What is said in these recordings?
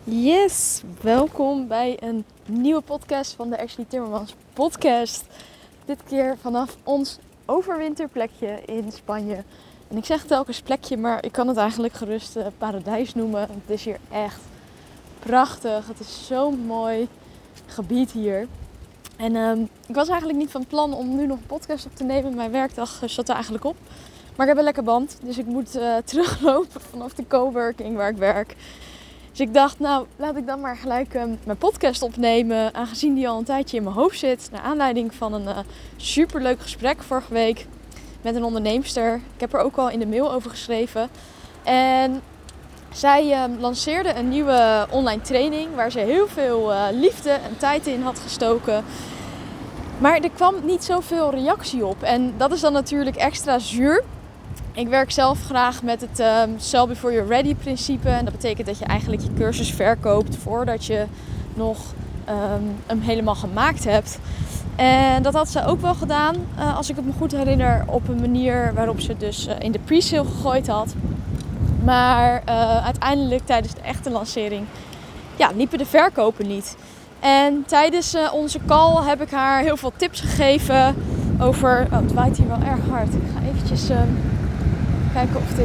Yes, welkom bij een nieuwe podcast van de Ashley Timmermans podcast. Dit keer vanaf ons overwinterplekje in Spanje. En ik zeg telkens plekje, maar ik kan het eigenlijk gerust paradijs noemen. Het is hier echt prachtig. Het is zo'n mooi gebied hier. En ik was eigenlijk niet van plan om nu nog een podcast op te nemen. Mijn werkdag zat er eigenlijk op. Maar ik heb een lekker band, dus ik moet teruglopen vanaf de coworking waar ik werk. Dus ik dacht, nou, laat ik dan maar gelijk mijn podcast opnemen. Aangezien die al een tijdje in mijn hoofd zit. Naar aanleiding van een superleuk gesprek vorige week met een onderneemster. Ik heb er ook al in de mail over geschreven. En zij lanceerde een nieuwe online training waar ze heel veel liefde en tijd in had gestoken. Maar er kwam niet zoveel reactie op. En dat is dan natuurlijk extra zuur. Ik werk zelf graag met het sell before you're ready principe. En dat betekent dat je eigenlijk je cursus verkoopt voordat je nog hem helemaal gemaakt hebt. En dat had ze ook wel gedaan, als ik het me goed herinner, op een manier waarop ze dus in de pre-sale gegooid had. Maar uiteindelijk tijdens de echte lancering liepen de verkopen niet. En tijdens onze call heb ik haar heel veel tips gegeven over... Oh, het waait hier wel erg hard. Ik ga eventjes... kijken of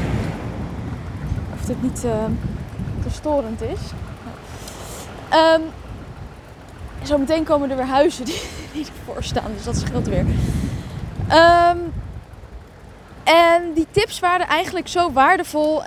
dit niet te storend is. Zometeen komen er weer huizen die ervoor staan, dus dat scheelt weer. En die tips waren eigenlijk zo waardevol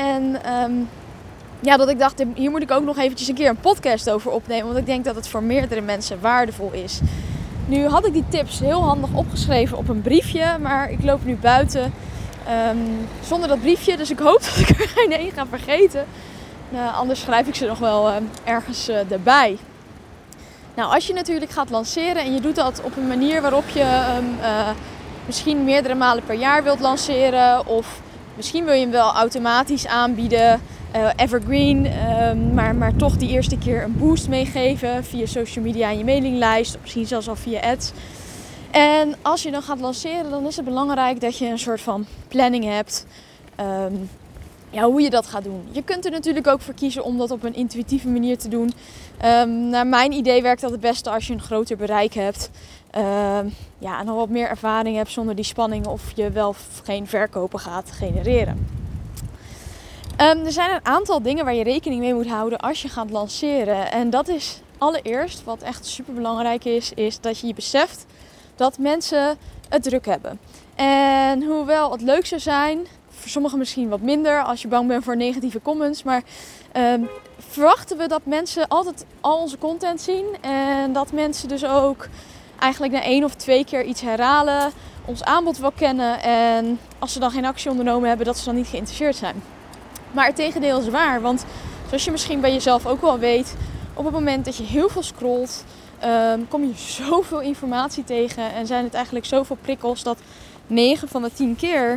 dat ik dacht, hier moet ik ook nog eventjes een keer een podcast over opnemen, want ik denk dat het voor meerdere mensen waardevol is. Nu had ik die tips heel handig opgeschreven op een briefje, maar ik loop nu buiten zonder dat briefje, dus ik hoop dat ik er geen één ga vergeten. Anders schrijf ik ze nog wel ergens erbij. Nou, als je natuurlijk gaat lanceren en je doet dat op een manier waarop je misschien meerdere malen per jaar wilt lanceren, of misschien wil je hem wel automatisch aanbieden, evergreen, maar toch die eerste keer een boost meegeven via social media en je mailinglijst, of misschien zelfs al via ads. En als je dan gaat lanceren, dan is het belangrijk dat je een soort van planning hebt. Hoe je dat gaat doen. Je kunt er natuurlijk ook voor kiezen om dat op een intuïtieve manier te doen. Naar mijn idee werkt dat het beste als je een groter bereik hebt. En nog wat meer ervaring hebt zonder die spanning of je wel of geen verkopen gaat genereren. Er zijn een aantal dingen waar je rekening mee moet houden als je gaat lanceren. En dat is allereerst, wat echt super belangrijk is dat je beseft dat mensen het druk hebben. En hoewel het leuk zou zijn, voor sommigen misschien wat minder als je bang bent voor negatieve comments, maar verwachten we dat mensen altijd al onze content zien en dat mensen dus ook eigenlijk na 1 of 2 keer iets herhalen, ons aanbod wel kennen en als ze dan geen actie ondernomen hebben, dat ze dan niet geïnteresseerd zijn. Maar het tegendeel is waar, want zoals je misschien bij jezelf ook wel weet, op het moment dat je heel veel scrolt, kom je zoveel informatie tegen en zijn het eigenlijk zoveel prikkels dat 9 van de 10 keer...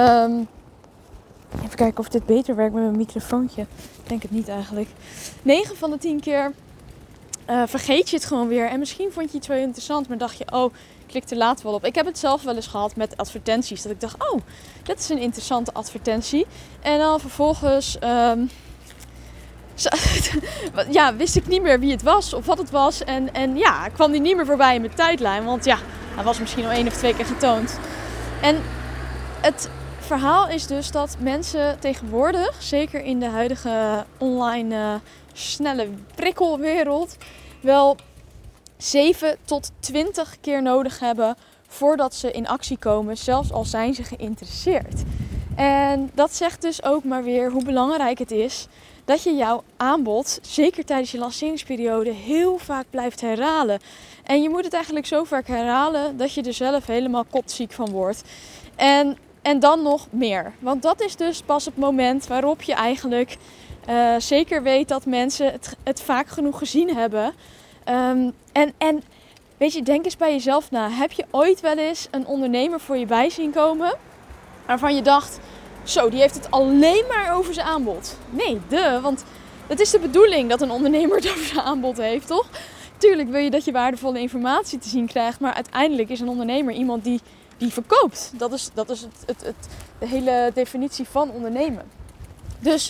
even kijken of dit beter werkt met mijn microfoontje. Ik denk het niet eigenlijk. 9 van de 10 keer vergeet je het gewoon weer. En misschien vond je iets wel interessant, maar dacht je, oh, ik klik er later wel op. Ik heb het zelf wel eens gehad met advertenties. Dat ik dacht, oh, dat is een interessante advertentie. En dan vervolgens... wist ik niet meer wie het was of wat het was. En kwam die niet meer voorbij in mijn tijdlijn. Want hij was misschien al 1 of 2 keer getoond. En het verhaal is dus dat mensen tegenwoordig, zeker in de huidige online snelle prikkelwereld, wel 7 tot 20 keer nodig hebben voordat ze in actie komen, zelfs al zijn ze geïnteresseerd. En dat zegt dus ook maar weer hoe belangrijk het is dat je jouw aanbod, zeker tijdens je lanceringsperiode, heel vaak blijft herhalen. En je moet het eigenlijk zo vaak herhalen dat je er zelf helemaal kotziek van wordt. En dan nog meer. Want dat is dus pas het moment waarop je eigenlijk zeker weet dat mensen het vaak genoeg gezien hebben. En weet je, denk eens bij jezelf na. Heb je ooit wel eens een ondernemer voor je bij zien komen waarvan je dacht, zo, die heeft het alleen maar over zijn aanbod? Nee, want het is de bedoeling dat een ondernemer het over zijn aanbod heeft, toch? Tuurlijk wil je dat je waardevolle informatie te zien krijgt, maar uiteindelijk is een ondernemer iemand die verkoopt. Dat is de hele definitie van ondernemen. Dus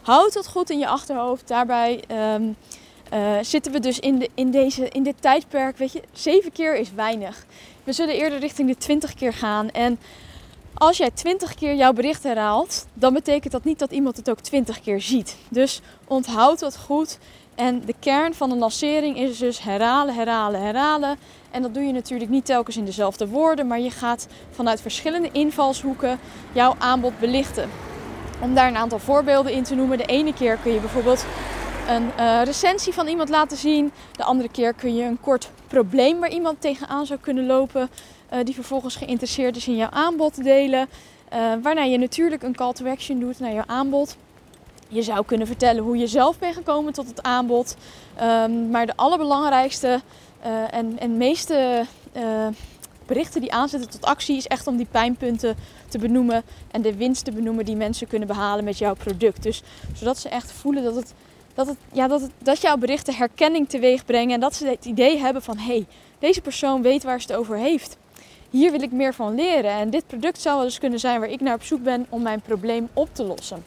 houd dat goed in je achterhoofd. Daarbij zitten we dus in dit tijdperk, weet je, 7 keer is weinig. We zullen eerder richting de 20 keer gaan. En als jij 20 keer jouw bericht herhaalt, dan betekent dat niet dat iemand het ook 20 keer ziet. Dus onthoud dat goed. En de kern van een lancering is dus herhalen, herhalen, herhalen. En dat doe je natuurlijk niet telkens in dezelfde woorden, maar je gaat vanuit verschillende invalshoeken jouw aanbod belichten. Om daar een aantal voorbeelden in te noemen. De ene keer kun je bijvoorbeeld een recensie van iemand laten zien. De andere keer kun je een kort probleem waar iemand tegenaan zou kunnen lopen, die vervolgens geïnteresseerd is in jouw aanbod delen. Waarna je natuurlijk een call to action doet naar jouw aanbod. Je zou kunnen vertellen hoe je zelf bent gekomen tot het aanbod. Maar de allerbelangrijkste en meeste berichten die aanzetten tot actie is echt om die pijnpunten te benoemen en de winst te benoemen die mensen kunnen behalen met jouw product. Dus zodat ze echt voelen dat jouw berichten herkenning teweeg brengen en dat ze het idee hebben van hey, deze persoon weet waar ze het over heeft. Hier wil ik meer van leren en dit product zou wel eens kunnen zijn waar ik naar op zoek ben om mijn probleem op te lossen.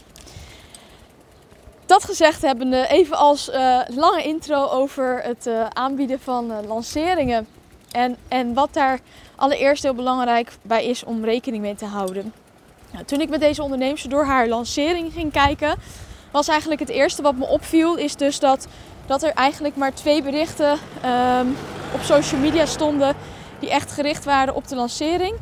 Dat gezegd hebbende, even als lange intro over het aanbieden van lanceringen. En wat daar allereerst heel belangrijk bij is om rekening mee te houden. Nou, toen ik met deze onderneemster door haar lancering ging kijken, was eigenlijk het eerste wat me opviel, is dus dat er eigenlijk maar 2 berichten op social media stonden die echt gericht waren op de lancering.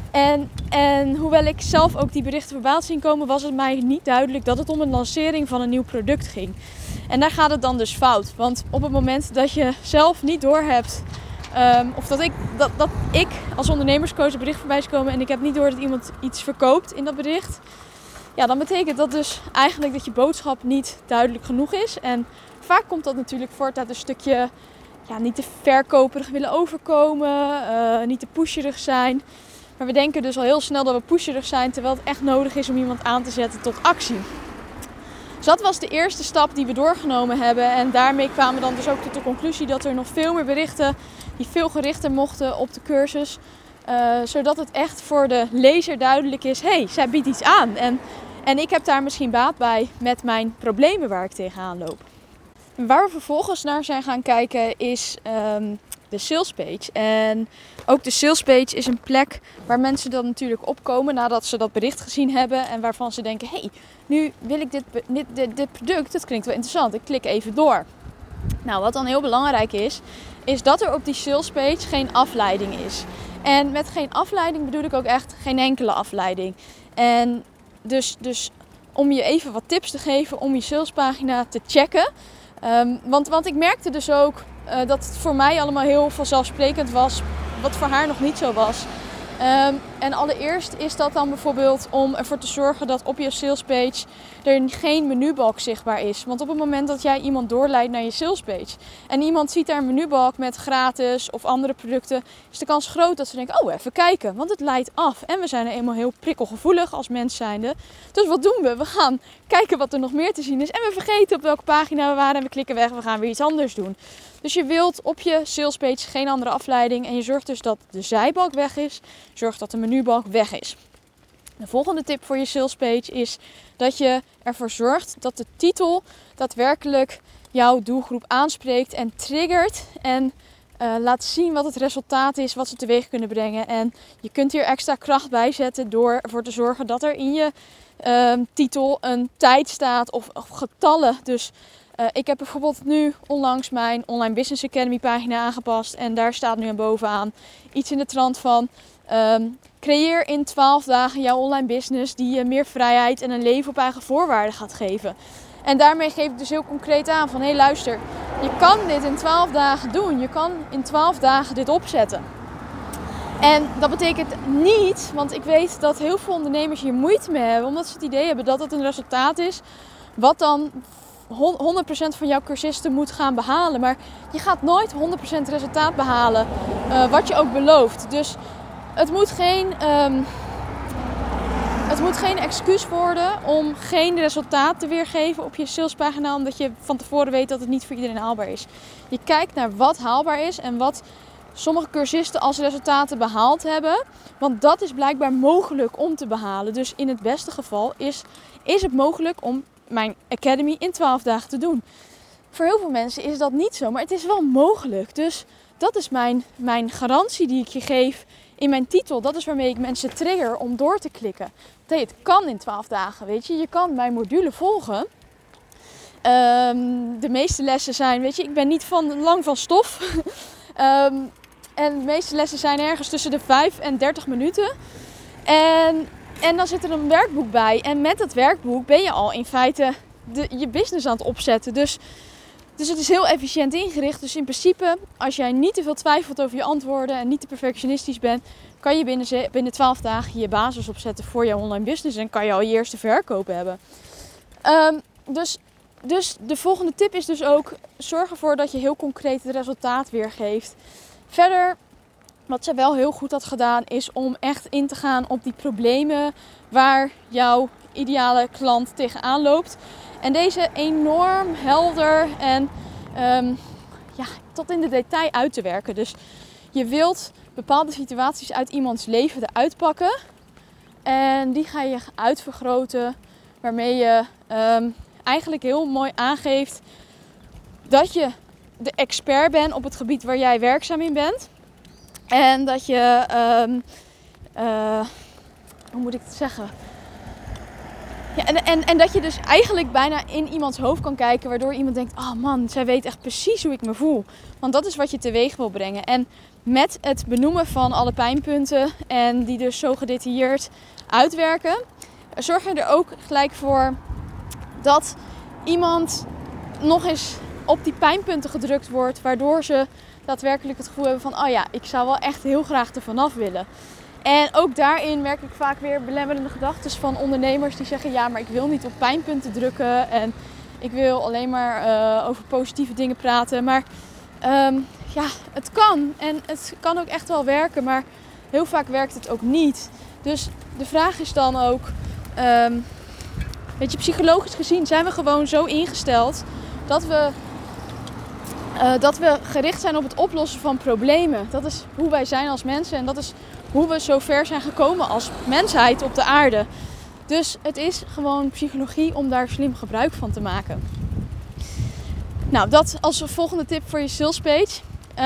En hoewel ik zelf ook die berichten voorbij zien komen, was het mij niet duidelijk dat het om een lancering van een nieuw product ging. En daar gaat het dan dus fout. Want op het moment dat je zelf niet doorhebt, of dat ik als ondernemerscoach een bericht voorbij is komen en ik heb niet door dat iemand iets verkoopt in dat bericht, ja, dan betekent dat dus eigenlijk dat je boodschap niet duidelijk genoeg is. En vaak komt dat natuurlijk voort uit een stukje niet te verkoperig willen overkomen, niet te pusherig zijn. Maar we denken dus al heel snel dat we pusherig zijn, terwijl het echt nodig is om iemand aan te zetten tot actie. Dus dat was de eerste stap die we doorgenomen hebben. En daarmee kwamen we dan dus ook tot de conclusie dat er nog veel meer berichten die veel gerichter mochten op de cursus. Zodat het echt voor de lezer duidelijk is, hey, zij biedt iets aan. En ik heb daar misschien baat bij met mijn problemen waar ik tegenaan loop. Waar we vervolgens naar zijn gaan kijken is de salespage. En ook de salespage is een plek waar mensen dan natuurlijk opkomen nadat ze dat bericht gezien hebben. En waarvan ze denken, hey, nu wil ik dit product, dat klinkt wel interessant, ik klik even door. Nou, wat dan heel belangrijk is dat er op die salespage geen afleiding is. En met geen afleiding bedoel ik ook echt geen enkele afleiding. En dus om je even wat tips te geven om je salespagina te checken. Want ik merkte dus ook dat het voor mij allemaal heel vanzelfsprekend was, wat voor haar nog niet zo was. En allereerst is dat dan bijvoorbeeld om ervoor te zorgen dat op je salespage er geen menubalk zichtbaar is. Want op het moment dat jij iemand doorleidt naar je salespage en iemand ziet daar een menubalk met gratis of andere producten, is de kans groot dat ze denken, oh, even kijken, want het leidt af. En we zijn eenmaal heel prikkelgevoelig als mens zijnde. Dus wat doen we? We gaan kijken wat er nog meer te zien is en we vergeten op welke pagina we waren en we klikken weg, we gaan weer iets anders doen. Dus je wilt op je salespage geen andere afleiding en je zorgt dus dat de zijbalk weg is. Zorg dat de menubalk weg is. De volgende tip voor je salespage is dat je ervoor zorgt dat de titel daadwerkelijk jouw doelgroep aanspreekt en triggert. En laat zien wat het resultaat is, wat ze teweeg kunnen brengen. En je kunt hier extra kracht bij zetten door ervoor te zorgen dat er in je titel een tijd staat of getallen. Dus ik heb bijvoorbeeld nu onlangs mijn Online Business Academy pagina aangepast. En daar staat nu aan bovenaan iets in de trant van creëer in 12 dagen jouw online business die je meer vrijheid en een leven op eigen voorwaarden gaat geven. En daarmee geef ik dus heel concreet aan van, hé, luister, je kan dit in 12 dagen doen. Je kan in 12 dagen dit opzetten. En dat betekent niet, want ik weet dat heel veel ondernemers hier moeite mee hebben, omdat ze het idee hebben dat het een resultaat is wat dan 100% van jouw cursisten moet gaan behalen. Maar je gaat nooit 100% resultaat behalen, wat je ook belooft. Dus het moet geen excuus worden om geen resultaat te weergeven op je salespagina, omdat je van tevoren weet dat het niet voor iedereen haalbaar is. Je kijkt naar wat haalbaar is en wat sommige cursisten als resultaten behaald hebben. Want dat is blijkbaar mogelijk om te behalen. Dus in het beste geval is het mogelijk om mijn academy in 12 dagen te doen. Voor heel veel mensen is dat niet zo, maar het is wel mogelijk. Dus dat is mijn garantie die ik je geef in mijn titel. Dat is waarmee ik mensen trigger om door te klikken. Het kan in 12 dagen, weet je. Je kan mijn module volgen. De meeste lessen zijn, weet je, ik ben niet lang van stof. En de meeste lessen zijn ergens tussen de 5 en 30 minuten. En dan zit er een werkboek bij. En met dat werkboek ben je al in feite je business aan het opzetten. Dus het is heel efficiënt ingericht. Dus in principe, als jij niet te veel twijfelt over je antwoorden en niet te perfectionistisch bent, kan je binnen 12 dagen je basis opzetten voor jouw online business. En kan je al je eerste verkoop hebben. Dus de volgende tip is dus ook, zorg ervoor dat je heel concreet het resultaat weergeeft. Verder, wat zij wel heel goed had gedaan, is om echt in te gaan op die problemen waar jouw ideale klant tegenaan loopt. En deze enorm helder en tot in de detail uit te werken. Dus je wilt bepaalde situaties uit iemands leven eruit pakken. En die ga je uitvergroten, waarmee je eigenlijk heel mooi aangeeft dat je de expert bent op het gebied waar jij werkzaam in bent. En dat je, hoe moet ik het zeggen? Ja, en dat je dus eigenlijk bijna in iemands hoofd kan kijken, waardoor iemand denkt, oh man, zij weet echt precies hoe ik me voel. Want dat is wat je teweeg wil brengen. En met het benoemen van alle pijnpunten en die dus zo gedetailleerd uitwerken, zorg je er ook gelijk voor dat iemand nog eens op die pijnpunten gedrukt wordt, waardoor ze daadwerkelijk het gevoel hebben van, oh ja, ik zou wel echt heel graag er vanaf willen. En ook daarin merk ik vaak weer belemmerende gedachten van ondernemers die zeggen, ja, maar ik wil niet op pijnpunten drukken en ik wil alleen maar over positieve dingen praten. Maar het kan en het kan ook echt wel werken, maar heel vaak werkt het ook niet. Dus de vraag is dan ook, weet je, psychologisch gezien zijn we gewoon zo ingesteld dat we gericht zijn op het oplossen van problemen. Dat is hoe wij zijn als mensen en dat is hoe we zo ver zijn gekomen als mensheid op de aarde. Dus het is gewoon psychologie om daar slim gebruik van te maken. Nou, dat als volgende tip voor je salespage.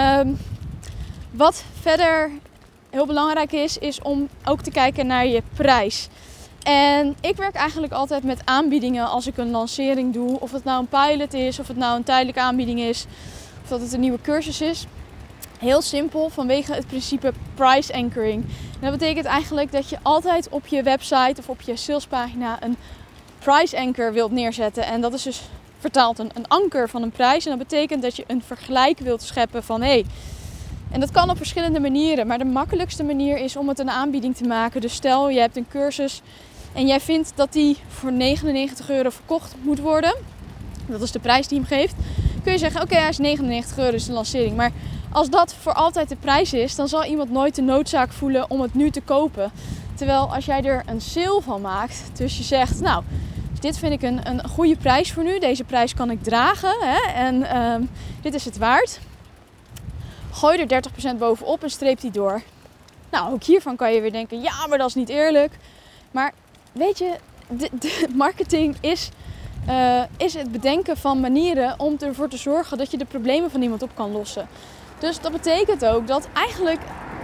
Wat verder heel belangrijk is om ook te kijken naar je prijs. En ik werk eigenlijk altijd met aanbiedingen als ik een lancering doe. Of het nou een pilot is, of het nou een tijdelijke aanbieding is, of dat het een nieuwe cursus is. Heel simpel, vanwege het principe price anchoring. En dat betekent eigenlijk dat je altijd op je website of op je salespagina een price anchor wilt neerzetten. En dat is dus vertaald een anker van een prijs. En dat betekent dat je een vergelijk wilt scheppen van En dat kan op verschillende manieren. Maar de makkelijkste manier is om het een aanbieding te maken. Dus stel je hebt een cursus en jij vindt dat die voor €99 verkocht moet worden. Dat is de prijs die hem geeft. Kun je zeggen, oké, hij is €99, is de lancering. Maar als dat voor altijd de prijs is, dan zal iemand nooit de noodzaak voelen om het nu te kopen. Terwijl als jij er een sale van maakt, dus je zegt, nou, dit vind ik een goede prijs voor nu. Deze prijs kan ik dragen en dit is het waard. Gooi er 30% bovenop en streep die door. Nou, ook hiervan kan je weer denken, ja, maar dat is niet eerlijk. Maar weet je, de marketing is het bedenken van manieren om ervoor te zorgen dat je de problemen van iemand op kan lossen. Dus dat betekent ook dat eigenlijk,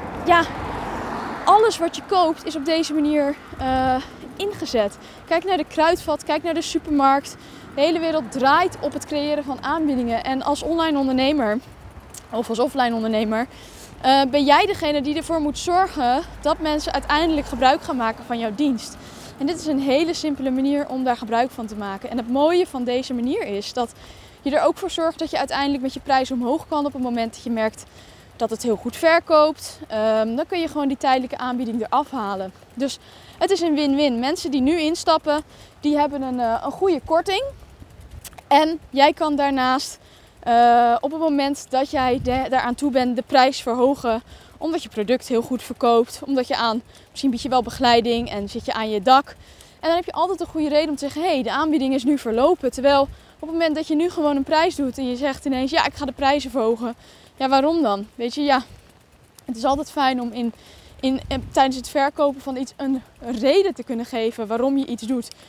alles wat je koopt is op deze manier ingezet. Kijk naar de kruidvat, kijk naar de supermarkt. De hele wereld draait op het creëren van aanbiedingen. En als online ondernemer, of als offline ondernemer, ben jij degene die ervoor moet zorgen dat mensen uiteindelijk gebruik gaan maken van jouw dienst. En dit is een hele simpele manier om daar gebruik van te maken. En het mooie van deze manier is dat je er ook voor zorgt dat je uiteindelijk met je prijs omhoog kan op het moment dat je merkt dat het heel goed verkoopt. Dan kun je gewoon die tijdelijke aanbieding eraf halen. Dus het is een win-win. Mensen die nu instappen, die hebben een goede korting. En jij kan daarnaast op het moment dat jij daaraan toe bent de prijs verhogen. Omdat je product heel goed verkoopt. Omdat je misschien bied je wel begeleiding en zit je aan je dak. En dan heb je altijd een goede reden om te zeggen, de aanbieding is nu verlopen. Terwijl op het moment dat je nu gewoon een prijs doet en je zegt ineens, ik ga de prijzen verhogen. Ja, waarom dan? Weet je, het is altijd fijn om tijdens het verkopen van iets een reden te kunnen geven waarom je iets doet.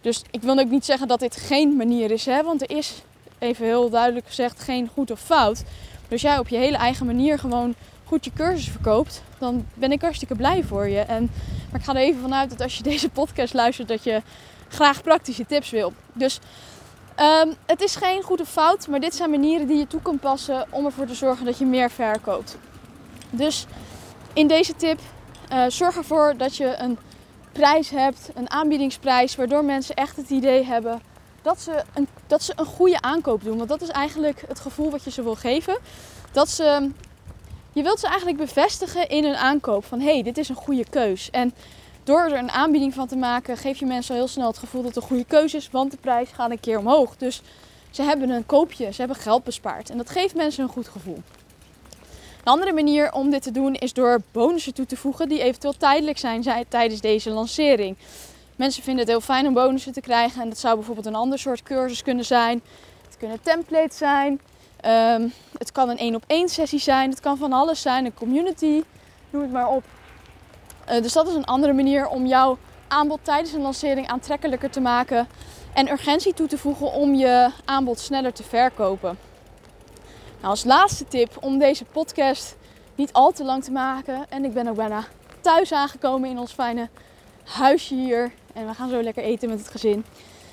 Dus ik wil ook niet zeggen dat dit geen manier is. Hè? Want er is, even heel duidelijk gezegd, geen goed of fout. Dus als jij op je hele eigen manier gewoon goed je cursus verkoopt, dan ben ik hartstikke blij voor je. Maar ik ga er even vanuit dat als je deze podcast luistert, dat je graag praktische tips wil. Dus het is geen goed of fout, maar dit zijn manieren die je toe kan passen om ervoor te zorgen dat je meer verkoopt. Dus in deze tip, zorg ervoor dat je een prijs hebt, een aanbiedingsprijs, waardoor mensen echt het idee hebben dat ze een goede aankoop doen. Want dat is eigenlijk het gevoel wat je ze wil geven. Je wilt ze eigenlijk bevestigen in hun aankoop van hey, dit is een goede keus. En door er een aanbieding van te maken, geef je mensen al heel snel het gevoel dat het een goede keuze is, want de prijs gaat een keer omhoog. Dus ze hebben een koopje, ze hebben geld bespaard. En dat geeft mensen een goed gevoel. Een andere manier om dit te doen is door bonussen toe te voegen die eventueel tijdelijk zijn tijdens deze lancering. Mensen vinden het heel fijn om bonussen te krijgen en dat zou bijvoorbeeld een ander soort cursus kunnen zijn. Het kunnen templates zijn, het kan een 1-op-1 sessie zijn, het kan van alles zijn, een community, noem het maar op. Dus dat is een andere manier om jouw aanbod tijdens een lancering aantrekkelijker te maken en urgentie toe te voegen om je aanbod sneller te verkopen. Nou, als laatste tip om deze podcast niet al te lang te maken. En ik ben ook bijna thuis aangekomen in ons fijne huisje hier. En we gaan zo lekker eten met het gezin.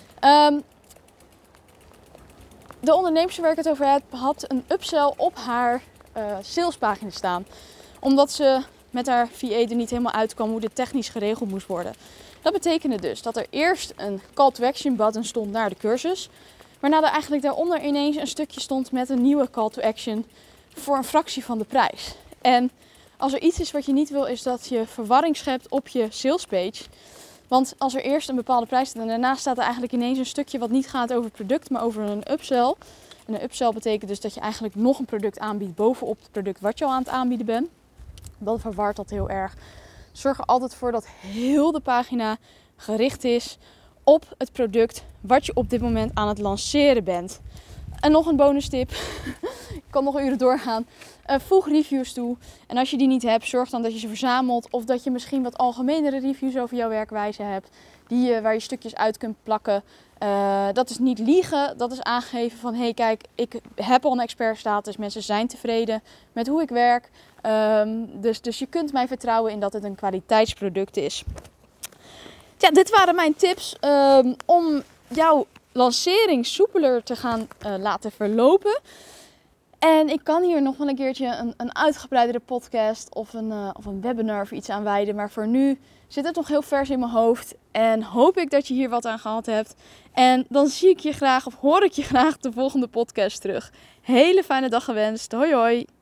De onderneemster waar ik het over heb, had een upsell op haar salespagina staan. Omdat ze met haar VA er niet helemaal uitkwam hoe dit technisch geregeld moest worden. Dat betekende dus dat er eerst een call to action button stond naar de cursus. Waarna er eigenlijk daaronder ineens een stukje stond met een nieuwe call to action voor een fractie van de prijs. En als er iets is wat je niet wil, is dat je verwarring schept op je salespage. Want als er eerst een bepaalde prijs staat en daarna staat er eigenlijk ineens een stukje wat niet gaat over het product, maar over een upsell. En een upsell betekent dus dat je eigenlijk nog een product aanbiedt bovenop het product wat je al aan het aanbieden bent. Dat verwart dat heel erg. Zorg er altijd voor dat heel de pagina gericht is op het product wat je op dit moment aan het lanceren bent. En nog een bonus tip. Ik kan nog uren doorgaan. Voeg reviews toe. En als je die niet hebt, zorg dan dat je ze verzamelt. Of dat je misschien wat algemenere reviews over jouw werkwijze hebt. Waar je stukjes uit kunt plakken. Dat is niet liegen. Dat is aangeven van hey kijk, ik heb al een expertstatus. Mensen zijn tevreden met hoe ik werk. Dus je kunt mij vertrouwen in dat het een kwaliteitsproduct is. Ja, dit waren mijn tips om jouw lancering soepeler te gaan laten verlopen. En ik kan hier nog wel een keertje een uitgebreidere podcast of een webinar of iets aan wijden. Maar voor nu zit het nog heel vers in mijn hoofd. En hoop ik dat je hier wat aan gehad hebt. En dan zie ik je graag of hoor ik je graag de volgende podcast terug. Hele fijne dag gewenst. Hoi hoi.